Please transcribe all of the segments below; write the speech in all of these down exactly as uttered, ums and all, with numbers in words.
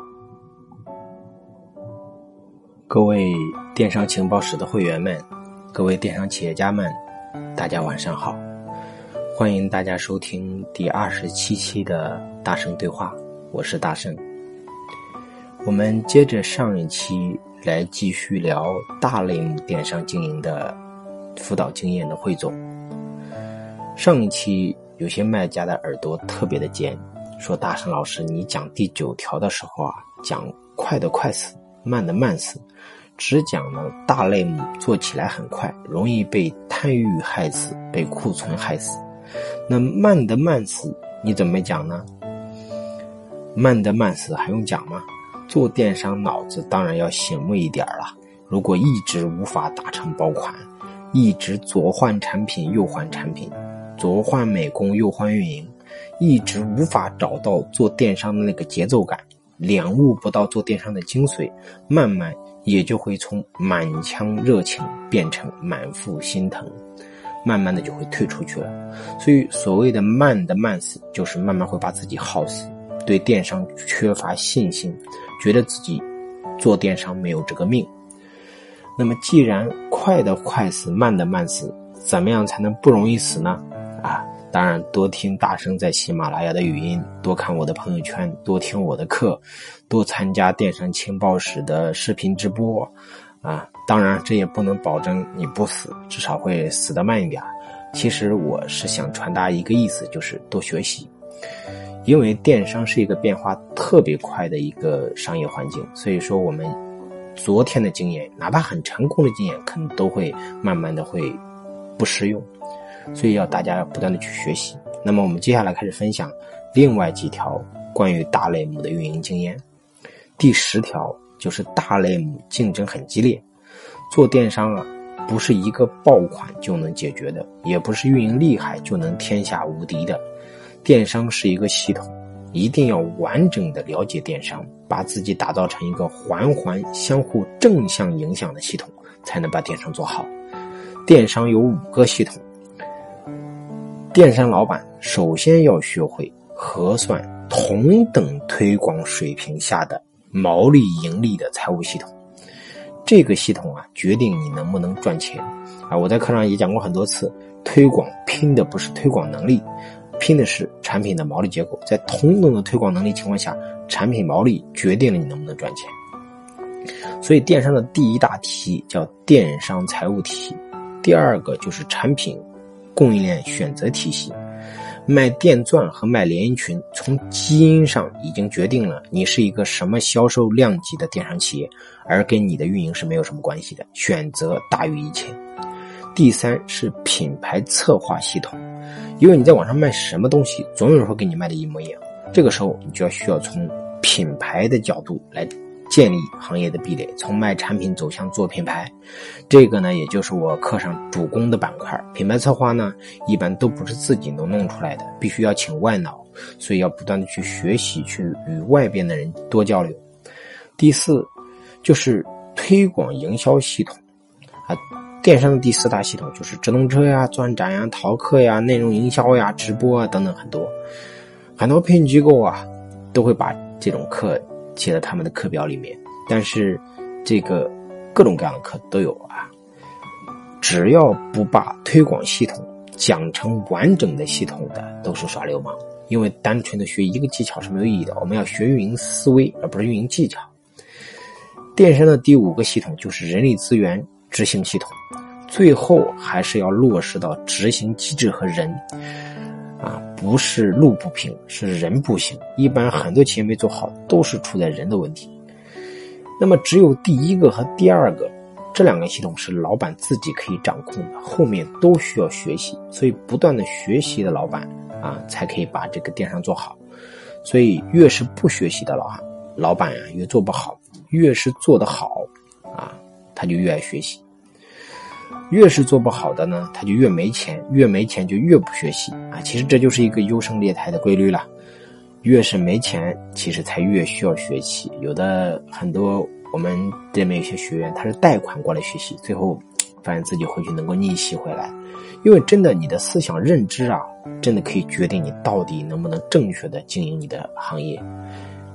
各位电商情报室的会员们，各位电商企业家们，大家晚上好，欢迎大家收听第二十七期的大圣对话，我是大圣。我们接着上一期来继续聊大类目电商经营的辅导经验的汇总。上一期有些卖家的耳朵特别的尖，说大圣老师你讲第九条的时候啊，讲快的快死，慢的慢死，只讲呢大类目做起来很快，容易被贪欲害死，被库存害死。那慢的慢死你怎么讲呢？慢的慢死还用讲吗？做电商脑子当然要醒目一点了。如果一直无法达成爆款，一直左换产品右换产品，左换美工右换运营，一直无法找到做电商的那个节奏感，领悟不到做电商的精髓，慢慢也就会从满腔热情变成满腹心疼，慢慢的就会退出去了。所以所谓的慢的慢死，就是慢慢会把自己耗死，对电商缺乏信心，觉得自己做电商没有这个命。那么既然快的快死，慢的慢死，怎么样才能不容易死呢？啊，当然多听大圣在喜马拉雅的语音，多看我的朋友圈，多听我的课，多参加电商情报室的视频直播啊。当然这也不能保证你不死，至少会死得慢一点。其实我是想传达一个意思，就是多学习。因为电商是一个变化特别快的一个商业环境，所以说我们昨天的经验，哪怕很成功的经验，可能都会慢慢的会不适用，所以要大家要不断的去学习。那么我们接下来开始分享另外几条关于大类目的运营经验。第十条就是大类目竞争很激烈，做电商啊，不是一个爆款就能解决的，也不是运营厉害就能天下无敌的。电商是一个系统，一定要完整的了解电商，把自己打造成一个环环相互正向影响的系统，才能把电商做好。电商有五个系统，电商老板首先要学会核算同等推广水平下的毛利盈利的财务系统。这个系统啊，决定你能不能赚钱啊。我在课上也讲过很多次，推广拼的不是推广能力，拼的是产品的毛利结构。在同等的推广能力情况下，产品毛利决定了你能不能赚钱。所以电商的第一大题叫电商财务体系，第二个就是产品供应链选择体系。卖电钻和卖连衣裙，从基因上已经决定了你是一个什么销售量级的电商企业，而跟你的运营是没有什么关系的，选择大于一切。第三是品牌策划系统，因为你在网上卖什么东西，总有人会给你卖的一模一样，这个时候你就要需要从品牌的角度来建立行业的壁垒，从卖产品走向做品牌。这个呢，也就是我课上主攻的板块。品牌策划呢，一般都不是自己能弄出来的，必须要请外脑，所以要不断的去学习，去与外边的人多交流。第四就是推广营销系统啊，电商的第四大系统就是直通车呀、钻展呀、淘客呀、内容营销呀、直播啊等等很多。很多培训机构啊，都会把这种课写在他们的课表里面，但是这个各种各样的课都有啊。只要不把推广系统讲成完整的系统的，都是耍流氓。因为单纯的学一个技巧是没有意义的，我们要学运营思维，而不是运营技巧。电商的第五个系统就是人力资源执行系统，最后还是要落实到执行机制和人啊，不是路不平，是人不行。一般很多企业没做好，都是出在人的问题。那么只有第一个和第二个这两个系统是老板自己可以掌控的，后面都需要学习。所以不断的学习的老板啊，才可以把这个电商做好。所以越是不学习的老板老板啊，越做不好；越是做得好啊，他就越爱学习。越是做不好的呢，他就越没钱，越没钱就越不学习啊。其实这就是一个优胜劣汰的规律了。越是没钱，其实才越需要学习。有的很多我们这边有些学员，他是贷款过来学习，最后发现自己回去能够逆袭回来。因为真的你的思想认知啊，真的可以决定你到底能不能正确的经营你的行业。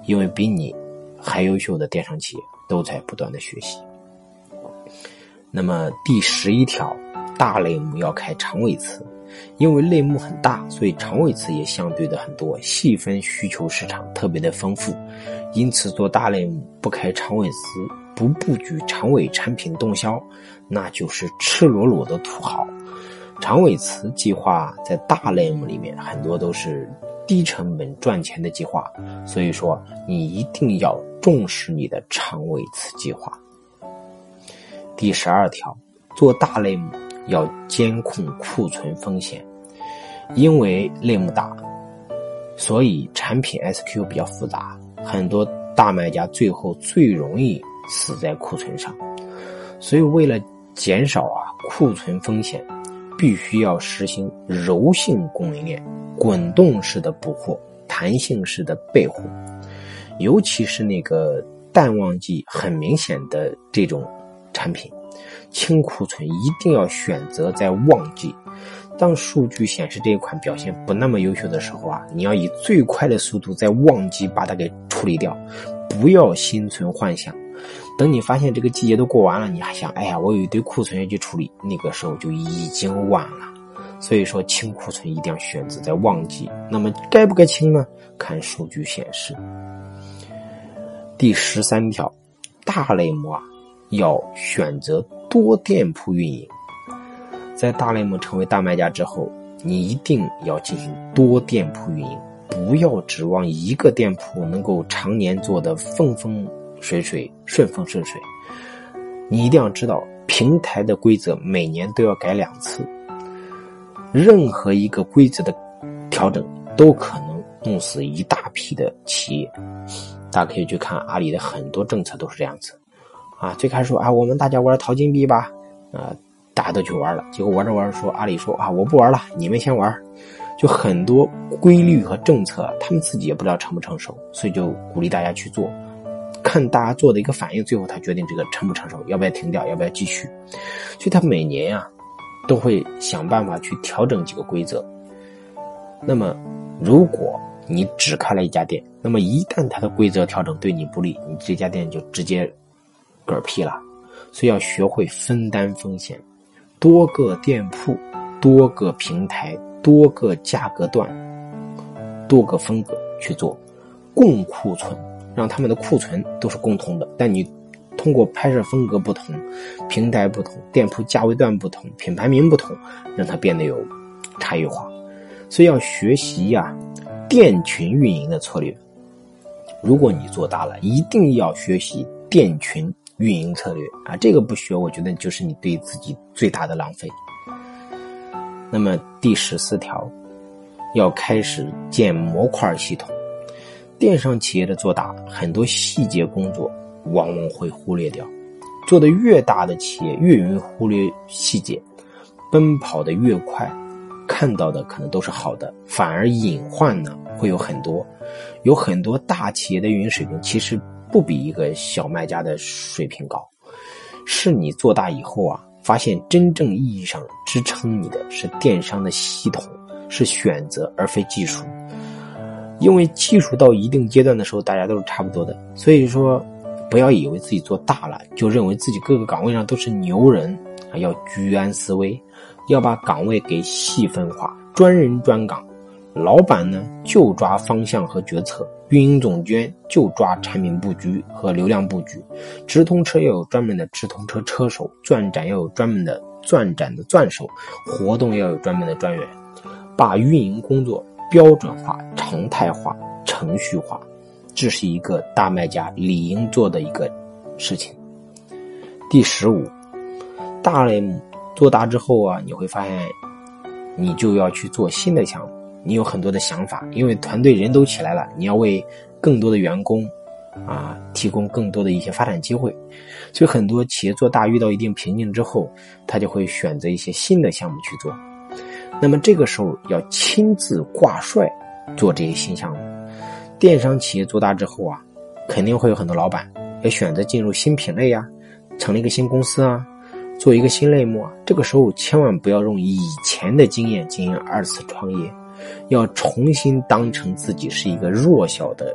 因为比你还优秀的电商企业都在不断的学习。那么第十一条，大类目要开长尾词，因为类目很大，所以长尾词也相对的很多，细分需求市场特别的丰富，因此做大类目不开长尾词，不布局长尾产品动销，那就是赤裸裸的土豪。长尾词计划在大类目里面很多都是低成本赚钱的计划，所以说你一定要重视你的长尾词计划。第十二条，做大类目要监控库存风险，因为类目大，所以产品 S K U 比较复杂，很多大卖家最后最容易死在库存上。所以为了减少啊库存风险，必须要实行柔性供应链，滚动式的补货，弹性式的备货。尤其是那个淡旺季很明显的这种产品，清库存一定要选择在旺季。当数据显示这一款表现不那么优秀的时候啊，你要以最快的速度在旺季把它给处理掉，不要心存幻想。等你发现这个季节都过完了，你还想哎呀我有一堆库存要去处理，那个时候就已经晚了。所以说清库存一定要选择在旺季。那么该不该清呢？看数据显示。第十三条，大类目啊要选择多店铺运营。在大类目成为大卖家之后，你一定要进行多店铺运营，不要指望一个店铺能够常年做得风风水水顺风顺水。你一定要知道平台的规则每年都要改两次，任何一个规则的调整都可能弄死一大批的企业。大家可以去看阿里的很多政策都是这样子啊，最开始说啊我们大家玩淘金币吧，啊大家都去玩了，结果玩着玩着说阿里说啊我不玩了，你们先玩。就很多规律和政策他们自己也不知道成不成熟，所以就鼓励大家去做，看大家做的一个反应，最后他决定这个成不成熟，要不要停掉，要不要继续。所以他每年啊都会想办法去调整几个规则。那么如果你只开了一家店，那么一旦它的规则调整对你不利，你这家店就直接嗝屁了。所以要学会分担风险，多个店铺，多个平台，多个价格段，多个风格去做共库存，让他们的库存都是共同的，但你通过拍摄风格不同，平台不同，店铺价位段不同，品牌名不同，让它变得有差异化。所以要学习呀、啊、店群运营的策略。如果你做大了，一定要学习店群运营策略啊，这个不学，我觉得就是你对自己最大的浪费。那么第十四条，要开始建模块系统。电商企业的做大，很多细节工作往往会忽略掉。做得越大的企业越容易忽略细节，奔跑得越快，看到的可能都是好的，反而隐患呢会有很多。有很多大企业的运营水平其实不比一个小卖家的水平高，是你做大以后啊，发现真正意义上支撑你的是电商的系统，是选择而非技术。因为技术到一定阶段的时候大家都是差不多的，所以说不要以为自己做大了就认为自己各个岗位上都是牛人，要居安思危，要把岗位给细分化，专人专岗。老板呢就抓方向和决策，运营总监就抓产品布局和流量布局，直通车要有专门的直通车车手，钻展要有专门的钻展的钻手，活动要有专门的专员，把运营工作标准化、常态化、程序化，这是一个大卖家理应做的一个事情。第十五，大类目做大之后啊，你会发现你就要去做新的项目，你有很多的想法，因为团队人都起来了，你要为更多的员工啊提供更多的一些发展机会。所以很多企业做大遇到一定瓶颈之后，他就会选择一些新的项目去做。那么这个时候要亲自挂帅做这些新项目。电商企业做大之后啊，肯定会有很多老板要选择进入新品类啊，成立一个新公司啊，做一个新类目啊。这个时候千万不要用以前的经验进行二次创业，要重新当成自己是一个弱小的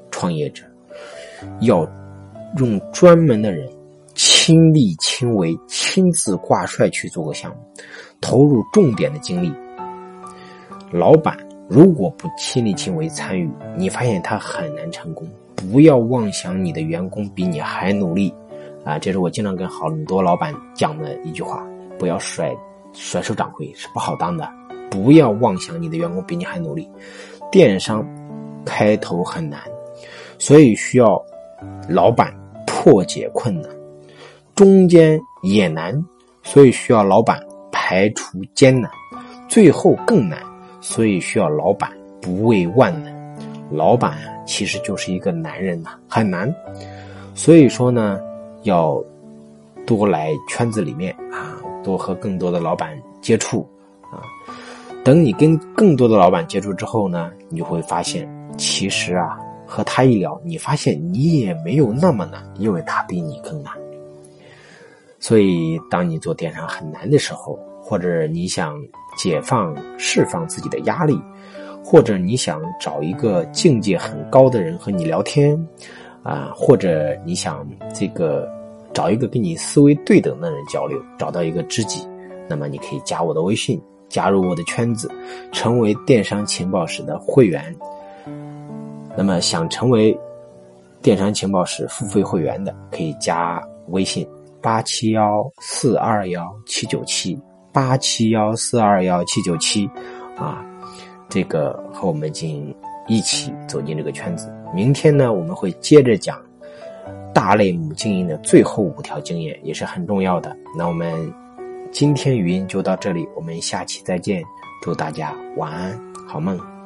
创业者，要用专门的人亲力亲为，亲自挂帅去做个项目，投入重点的精力。老板如果不亲力亲为参与，你发现他很难成功。不要妄想你的员工比你还努力啊！这是我经常跟很多老板讲的一句话，不要甩甩手掌柜是不好当的。不要妄想你的员工比你还努力。电商开头很难，所以需要老板破解困难，中间也难，所以需要老板排除艰难，最后更难，所以需要老板不畏万难。老板啊，其实就是一个男人呐、啊，很难。所以说呢，要多来圈子里面啊，多和更多的老板接触啊。等你跟更多的老板接触之后呢，你就会发现，其实啊，和他一聊，你发现你也没有那么难，因为他比你更难。所以当你做电商很难的时候，或者你想解放释放自己的压力，或者你想找一个境界很高的人和你聊天啊，或者你想这个找一个跟你思维对等的人交流，找到一个知己，那么你可以加我的微信，加入我的圈子，成为电商情报室的会员。那么想成为电商情报室付费会员的，可以加微信八七一四二一七九七八七一四二一七九七啊，这个和我们进一起走进这个圈子。明天呢，我们会接着讲大类目经营的最后五条经验，也是很重要的。那我们今天语音就到这里，我们下期再见，祝大家晚安好梦。